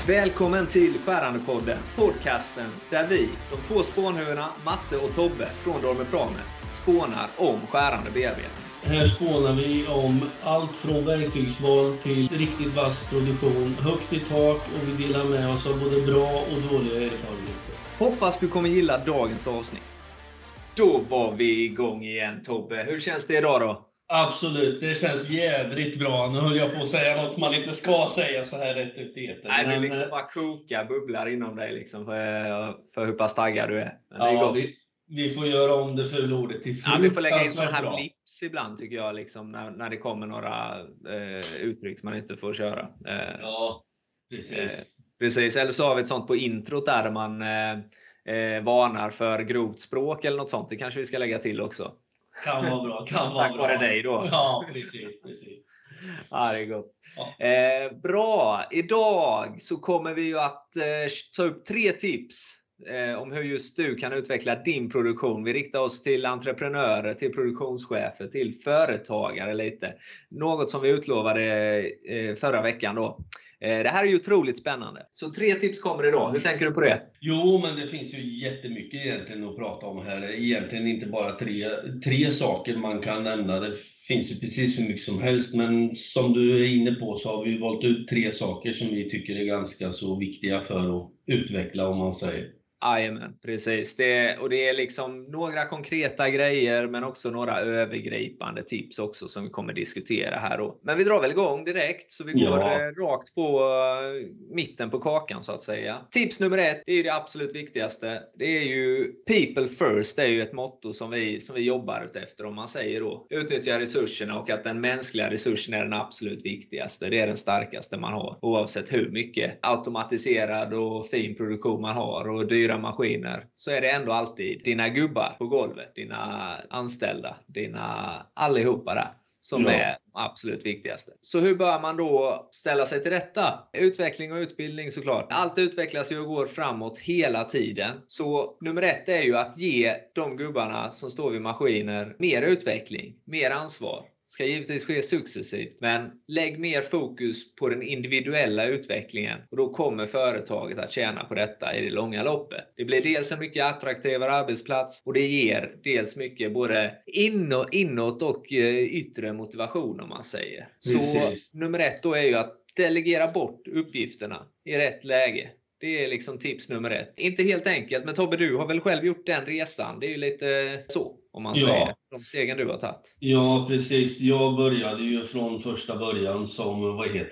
Välkommen till Skärandepodden, podcasten där vi, de två spånhuvudena Matte och Tobbe från Dormeprame, spånar om skärande bearbetning. Här spånar vi om allt från verktygsval till riktigt vass produktion, högt i tak, och vi delar med oss av både bra och dåliga erfarenheter. Hoppas du kommer gilla dagens avsnitt. Då var vi igång igen, Tobbe. Hur känns det idag då? Absolut, det känns jävligt bra. Nu höll jag på att säga något som man inte ska säga så här rätt ut i etern. Nej, det är liksom bara koka bubblar inom dig liksom för hur pass taggad du är. Men det är gott. Vi får göra om det fula ordet till Ja, vi får lägga in sådana här bra blips ibland tycker jag, liksom, när det kommer några uttryck som man inte får köra. Ja, precis. Precis, eller så har vi ett sånt på introt där man varnar för grovt språk eller något sånt. Det kanske vi ska lägga till också. Kan vara bra, Tack vare dig då. Ja, precis. Ja, det är gott. Ja. Bra, idag så kommer vi ju att ta upp 3 tips om hur just du kan utveckla din produktion. Vi riktar oss till entreprenörer, till produktionschefer, till företagare lite. Något som vi utlovade förra veckan då. Det här är ju otroligt spännande. Så 3 tips kommer idag. Hur tänker du på det? Jo, men det finns ju jättemycket egentligen att prata om här. Egentligen inte bara tre saker man kan nämna. Det finns ju precis hur mycket som helst. Men som du är inne på så har vi valt ut 3 saker som vi tycker är ganska så viktiga för att utveckla, om man säger. Jajamän, precis. Det är liksom några konkreta grejer men också några övergripande tips också som vi kommer diskutera här då. Men vi drar väl igång direkt så vi går rakt på mitten på kakan så att säga. Tips nummer 1, det är ju det absolut viktigaste. Det är ju people first, det är ju ett motto som vi jobbar efter, om man säger då. Utnyttja resurserna och att den mänskliga resursen är den absolut viktigaste. Det är den starkaste man har. Oavsett hur mycket automatiserad och fin produktion man har och dyra maskiner, så är det ändå alltid dina gubbar på golvet, dina anställda, allihopa där som är absolut viktigaste. Så hur bör man då ställa sig till detta? Utveckling och utbildning såklart. Allt utvecklas ju och går framåt hela tiden. Så nummer 1 är ju att ge de gubbarna som står vid maskiner mer utveckling, mer ansvar. Ska givetvis ske successivt, men lägg mer fokus på den individuella utvecklingen och då kommer företaget att tjäna på detta i det långa loppet. Det blir dels en mycket attraktivare arbetsplats och det ger dels mycket både inåt och yttre motivation, om man säger. Precis. Så nummer 1 då är ju att delegera bort uppgifterna i rätt läge. Det är liksom tips nummer 1. Inte helt enkelt, men Tobbe, du har väl själv gjort den resan. Det är ju lite så, om man säger, de stegen du har tagit. Ja, precis. Jag började ju från första början som,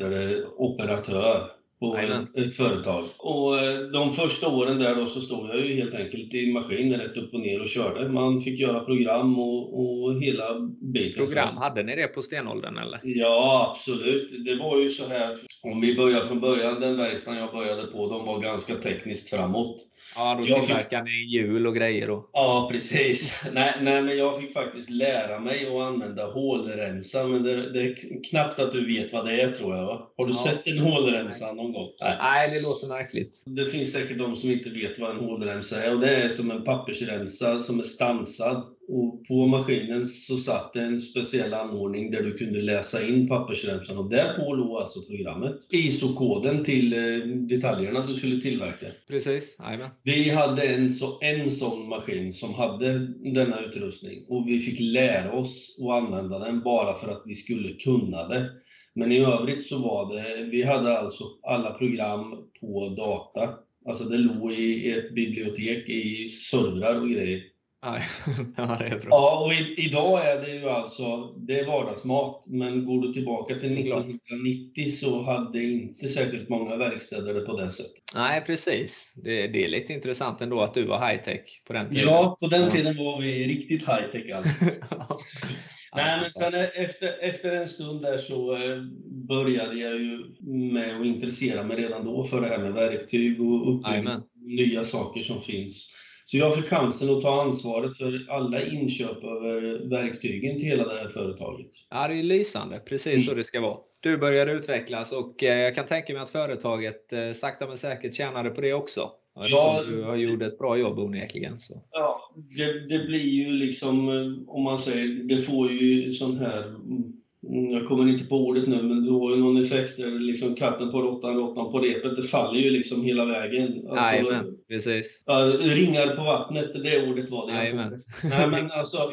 operatör på ett företag. Och de första åren där då så stod jag ju helt enkelt i maskinen rätt upp och ner och körde. Man fick göra program och hela biten. Program, hade ni det på stenåldern eller? Ja, absolut. Det var ju så här, om vi börjar från början, den verkstaden jag började på, de var ganska tekniskt framåt. Ja, då tillverkade ni hjul och grejer då. Ja, precis. Nej, men jag fick faktiskt lära mig att använda hålremsa, men det är knappt att du vet vad det är, tror jag, va? Har du sett en hålremsa någon gång? Nej, det låter märkligt. Det finns säkert de som inte vet vad en hålremsa är, och det är som en pappersremsa som är stansad. Och på maskinen så satt det en speciell anordning där du kunde läsa in pappersremsan, och där på låg alltså programmet. ISO-koden till detaljerna du skulle tillverka. Precis, amen. Vi hade en sån maskin som hade denna utrustning, och vi fick lära oss att använda den bara för att vi skulle kunna det. Men i övrigt så var det, vi hade alltså alla program på data. Alltså det låg i ett bibliotek i servrar och grejer. Ja, det är bra. Ja, och idag är det ju alltså, det är vardagsmat. Men går du tillbaka till 1990 så hade inte särskilt många verkstäder det på det sättet. Nej, precis. Det är lite intressant ändå att du var high-tech på den tiden. Ja, på den tiden var vi riktigt high-tech alltså. Nej, men sen efter en stund där så började jag ju med att intressera mig redan då för det här med verktyg och nya saker som finns. Så jag fick chansen att ta ansvaret för alla inköp över verktygen till hela det här företaget. Ja, det är lysande. Precis så det ska vara. Du började utvecklas och jag kan tänka mig att företaget sakta men säkert tjänade på det också. Ja, du har gjort ett bra jobb onekligen. Så. Ja, det blir ju liksom, om man säger, det får ju sån här jag kommer inte på ordet nu, men du har ju någon effekt där liksom katten på råttan på repet, det faller ju liksom hela vägen. Alltså, Jajamän, precis. Ringar på vattnet, det ordet var det jag Jajamän. Nej, men alltså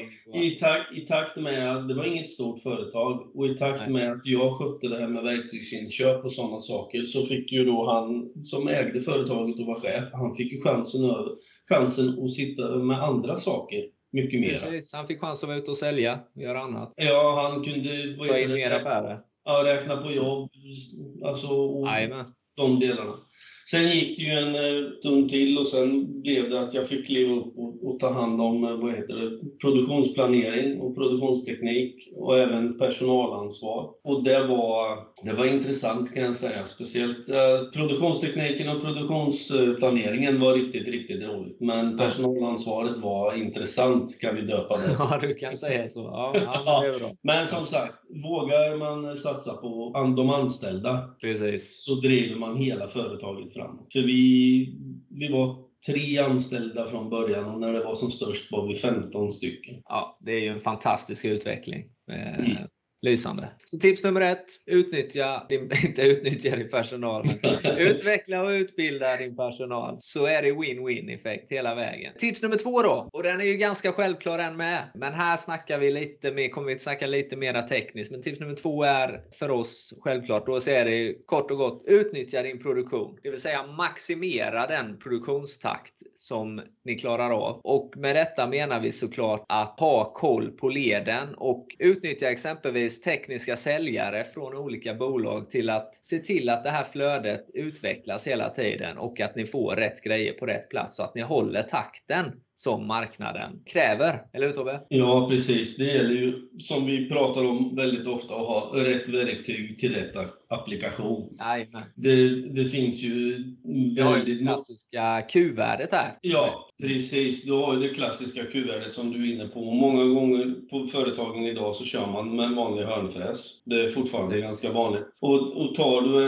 i takt med att det var inget stort företag och i takt med att jag skötte det här med verktygsinköp och sådana saker, så fick ju då han som ägde företaget och var chef, han fick ju chansen att sitta med andra saker mycket mer. Precis, han fick chans att vara ute och sälja och göra annat. Ja, han kunde ta in mer affärer. Ja, räkna på jobb, alltså och de delarna. Sen gick det ju en stund till och sen blev det att jag fick kliva upp och ta hand om produktionsplanering och produktionsteknik och även personalansvar. Och det var intressant kan jag säga. Speciellt produktionstekniken och produktionsplaneringen var riktigt, riktigt roligt. Men personalansvaret var intressant, kan vi döpa det. Ja, du kan säga så. Ja, det är bra. Men som sagt, vågar man satsa på de anställda, precis, så driver man hela företaget framåt. För vi var 3 anställda från början och när det var som störst var vi 15 stycken. Ja, det är ju en fantastisk utveckling. Lysande. Så tips nummer 1, inte utnyttja din personal, men utveckla och utbilda din personal. Så är det win-win effekt hela vägen. Tips nummer 2 då, och den är ju ganska självklar än med. Men här kommer vi snacka lite mer tekniskt. Men tips nummer 2 är för oss självklart. Då är det kort och gott, utnyttja din produktion. Det vill säga maximera den produktionstakt som ni klarar av. Och med detta menar vi såklart att ha koll på leden och utnyttja exempelvis tekniska säljare från olika bolag till att se till att det här flödet utvecklas hela tiden och att ni får rätt grejer på rätt plats så att ni håller takten som marknaden kräver. Eller hur, Tobbe? Ja, precis. Det gäller ju, som vi pratar om väldigt ofta, att ha rätt verktyg till rätt applikation. Jajamän. Det finns ju... Vi har ju det klassiska Q-värdet här. Ja, precis. Du har ju det klassiska Q-värdet som du är inne på. Många gånger på företagen idag så kör man med en vanlig hörnfräs. Det är fortfarande ganska vanligt. Och tar du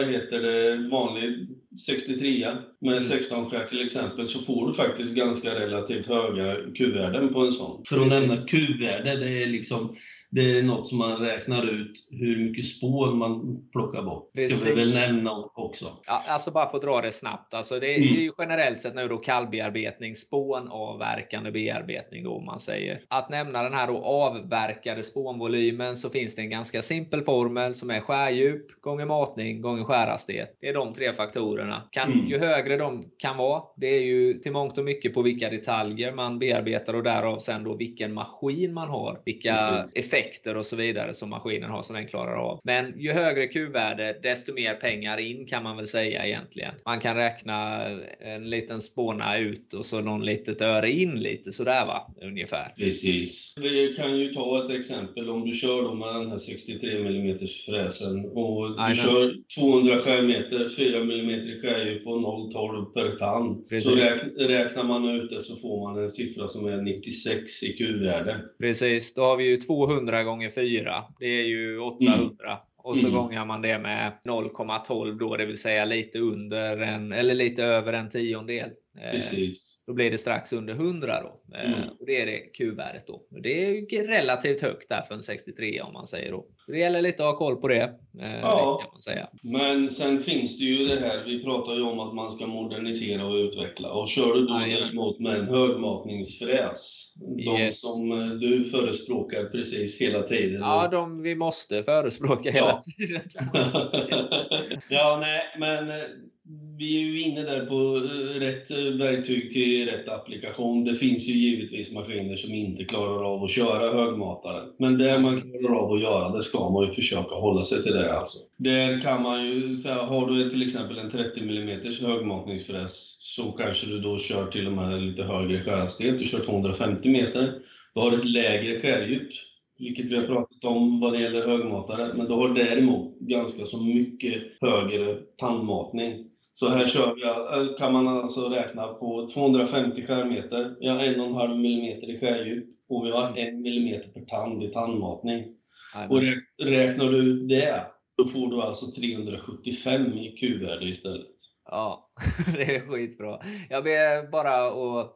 en vanlig 63 med 16 skär till exempel, så får du faktiskt ganska relativt höga Q-värden på en sån. För att nämna Q-värde, det är något som man räknar ut hur mycket spån man plockar bort. Precis. Ska vi väl nämna också. Ja, alltså bara för att dra det snabbt. Alltså det är ju generellt sett nu då kallbearbetning, spånavverkande bearbetning då man säger. Att nämna den här då avverkade spånvolymen, så finns det en ganska simpel formel som är skärdjup gånger matning gånger skärhastighet. Det är de 3 faktorerna. Ju högre de kan vara, det är ju till mångt och mycket på vilka detaljer man bearbetar och därav sen då vilken maskin man har. Vilka effekter och så vidare som maskinen har som den klarar av. Men ju högre Q-värde, desto mer pengar in kan man väl säga egentligen. Man kan räkna en liten spåna ut och så någon litet öre in lite sådär va, ungefär. Precis. Vi kan ju ta ett exempel om du kör då med den här 63 mm fräsen och du kör 200 skärmeter, 4 mm i skärdjup och 0,12 per tand. Precis. Så räknar man ut det så får man en siffra som är 96 i Q-värde. Precis, då har vi ju 200 gånger 4. Det är ju 800. Och så gångar man det med 0,12 då, det vill säga lite under eller lite över en tiondel. Precis. Då blir det strax under 100 då. Och det är det Q-värdet då. Det är ju relativt högt där för en 63 om man säger då. Det gäller lite att ha koll på det. Ja, kan man säga. Men sen finns det ju det här, vi pratar ju om att man ska modernisera och utveckla. Och kör du då däremot med en högmatningsfräs, de som du förespråkar precis hela tiden. Ja, vi måste förespråka hela tiden. Ja, nej, men vi är ju inne där på rätt verktyg till rätt applikation. Det finns ju givetvis maskiner som inte klarar av att köra högmatare. Men det man klarar av att göra, det ska man ju försöka hålla sig till det alltså. Där kan man ju säga, har du till exempel en 30 mm högmatningsfräs, så kanske du då kör till och med lite högre skärhastighet. Du kör 250 meter. Du har ett lägre skärdjup, vilket vi har pratat om vad det gäller högmatare. Men du har däremot ganska så mycket högre tandmatning. Så här kan man alltså räkna på 250 skärmeter. Vi har 1,5 mm i skärdjup och vi har 1 mm per tand i tandmatning. Och räknar du det, då får du alltså 375 i Q-värde istället. Ja, det är skitbra. Jag ber bara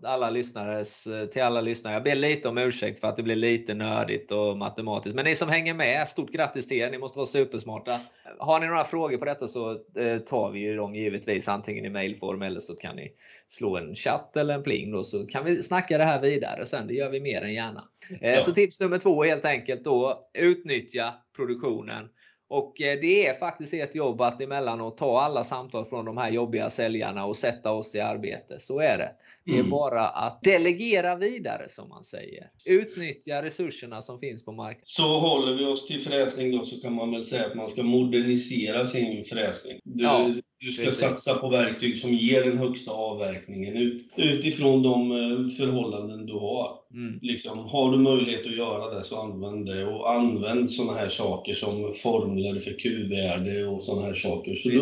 till alla lyssnare, jag ber lite om ursäkt för att det blir lite nördigt och matematiskt. Men ni som hänger med, stort grattis till er. Ni måste vara supersmarta. Har ni några frågor på detta så tar vi ju dem givetvis antingen i mailform eller så kan ni slå en chatt eller en pling då, så kan vi snacka det här vidare sen. Det gör vi mer än gärna. Så tips nummer 2 helt enkelt då, utnyttja produktionen. Och det är faktiskt ett jobb att emellanåt ta alla samtal från de här jobbiga säljarna och sätta oss i arbete. Så är det. Det är bara att delegera vidare som man säger. Utnyttja resurserna som finns på marknaden. Så håller vi oss till fräsning då, så kan man väl säga att man ska modernisera sin fräsning. Du ska satsa på verktyg som ger den högsta avverkningen utifrån de förhållanden du har. Liksom, har du möjlighet att göra det så använd det, och använd sådana här saker som formler för Q-värde och sådana här saker. Så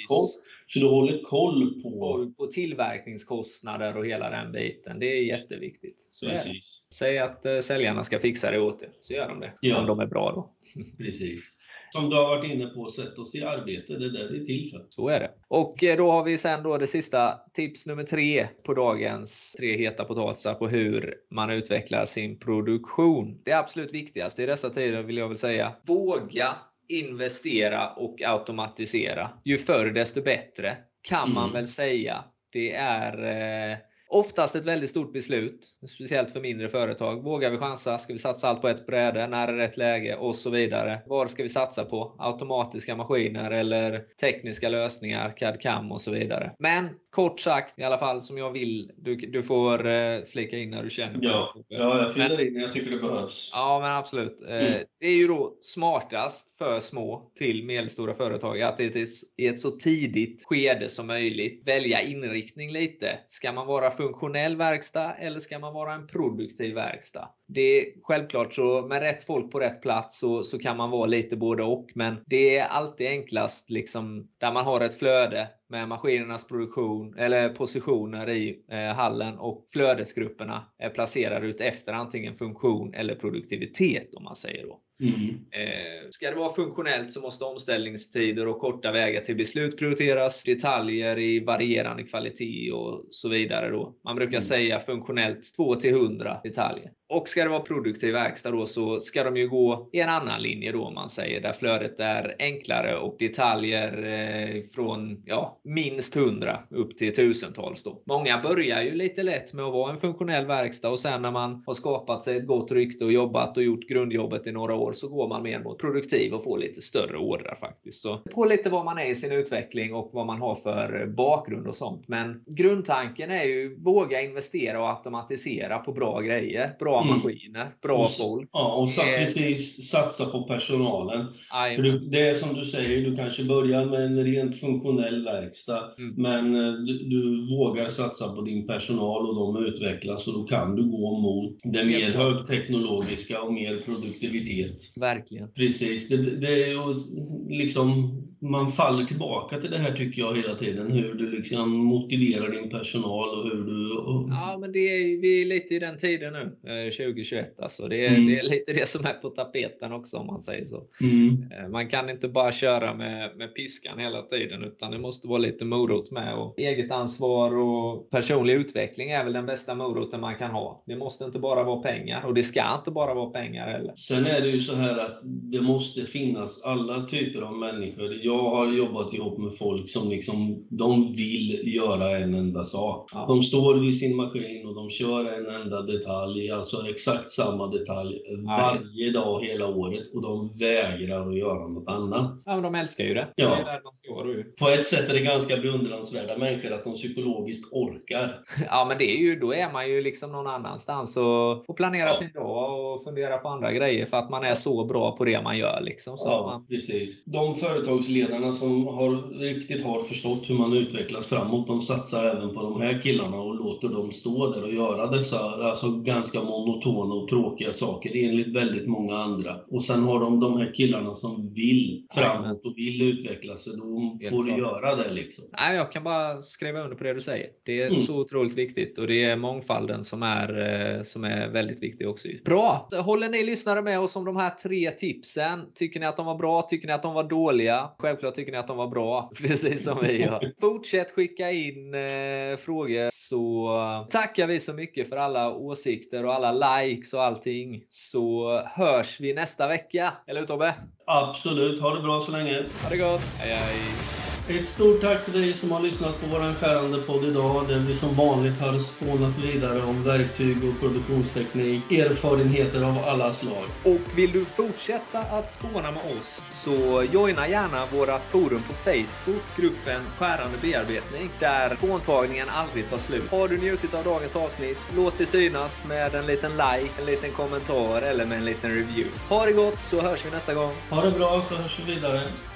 du håller koll på tillverkningskostnader och hela den biten. Det är jätteviktigt. Så precis. Säg att säljarna ska fixa det åt er, så gör de det. Om de är bra då. Precis. Som du har varit inne på, sätt oss i arbete, det är där det är till för. Så är det. Och då har vi sen då det sista tips nummer 3 på dagens 3 heta potatisar på hur man utvecklar sin produktion. Det absolut viktigaste i dessa tider vill jag väl säga. Våga investera och automatisera. Ju förr desto bättre kan man väl säga. Det är oftast ett väldigt stort beslut, speciellt för mindre företag. Vågar vi chansa? Ska vi satsa allt på ett bräde? När är rätt läge? Och så vidare. Vad ska vi satsa på? Automatiska maskiner eller tekniska lösningar, CAD/CAM och så vidare. Men kort sagt, i alla fall som jag vill, du får flika in när du känner på det. Ja, jag fyller in när jag tycker det behövs. Ja, men absolut. Det är ju då smartast för små till medelstora företag att det är i ett så tidigt skede som möjligt välja inriktning lite. Ska man vara funktionell verkstad eller ska man vara en produktiv verkstad? Det är självklart så med rätt folk på rätt plats så kan man vara lite både och, men det är alltid enklast liksom där man har ett flöde med maskinernas produktion eller positioner i hallen och flödesgrupperna är placerade ut efter antingen funktion eller produktivitet om man säger då. Ska det vara funktionellt så måste omställningstider och korta vägar till beslut prioriteras, detaljer i varierande kvalitet och så vidare då. Man brukar säga funktionellt 2-100 detaljer. Och ska det vara produktiv verkstad då så ska de ju gå i en annan linje då man säger, där flödet är enklare och detaljer från minst 100 upp till tusentals då. Många börjar ju lite lätt med att vara en funktionell verkstad och sen när man har skapat sig ett gott rykte och jobbat och gjort grundjobbet i några år så går man mer mot produktiv och får lite större ordrar faktiskt. Så på lite vad man är i sin utveckling och vad man har för bakgrund och sånt. Men grundtanken är ju våga investera och automatisera på bra grejer, bra maskiner, bra folk. Ja, och precis satsa på personalen. För det är som du säger, du kanske börjar med en rent funktionell verkstad, men du vågar satsa på din personal och de utvecklas och då kan du gå mot det mer högteknologiska och mer produktivitet. Verkligen. Precis, det är ju liksom man faller tillbaka till det här tycker jag hela tiden, hur du liksom motiverar din personal och hur du... Ja, men vi är lite i den tiden nu, 2021 alltså. Det är lite det som är på tapeten också om man säger så. Man kan inte bara köra med piskan hela tiden utan det måste vara lite morot med och eget ansvar och personlig utveckling är väl den bästa moroten man kan ha. Det måste inte bara vara pengar och det ska inte bara vara pengar heller. Sen är det ju så här att det måste finnas alla typer av människor. Jag har jobbat ihop med folk som liksom, de vill göra en enda sak. Ja. De står vid sin maskin och de kör en enda detalj, alltså exakt samma detalj varje dag hela året och de vägrar att göra något annat. Ja, men de älskar ju det. Ja. Det är där man ska vara. På ett sätt är det ganska beundransvärda människor att de psykologiskt orkar. Ja, men det är ju, då är man ju liksom någon annanstans och får planera sin dag och fundera på andra grejer för att man är så bra på det man gör liksom. Så precis. De företagsledarna som riktigt har förstått hur man utvecklas framåt, de satsar även på de här killarna och låter dem stå där och göra dessa alltså ganska monotona och tråkiga saker enligt väldigt många andra. Och sen har de här killarna som vill framåt och vill utveckla sig. Då får du göra det liksom. Nej, jag kan bara skriva under på det du säger. Det är så otroligt viktigt och det är mångfalden som är väldigt viktig också. Bra! Håller ni lyssnare med oss om de här 3 tipsen? Tycker ni att de var bra? Tycker ni att de var dåliga? Självklart tycker ni att de var bra, precis som vi gör. Fortsätt skicka in frågor, så tackar vi så mycket för alla åsikter och alla likes och allting. Så hörs vi nästa vecka. Eller hur, Tobbe? Absolut, ha det bra så länge. Ha det gott. Hej hej. Ett stort tack till dig som har lyssnat på våran skärande podd idag, där vi som vanligt har spånat vidare om verktyg och produktionsteknik, erfarenheter av alla slag. Och vill du fortsätta att spåna med oss, så joina gärna våra forum på Facebook, gruppen Skärande bearbetning, där spåntagningen aldrig tar slut. Har du njutit av dagens avsnitt, låt det synas med en liten like, en liten kommentar eller med en liten review. Ha det gott, så hörs vi nästa gång. Ha det bra, så hörs vi vidare.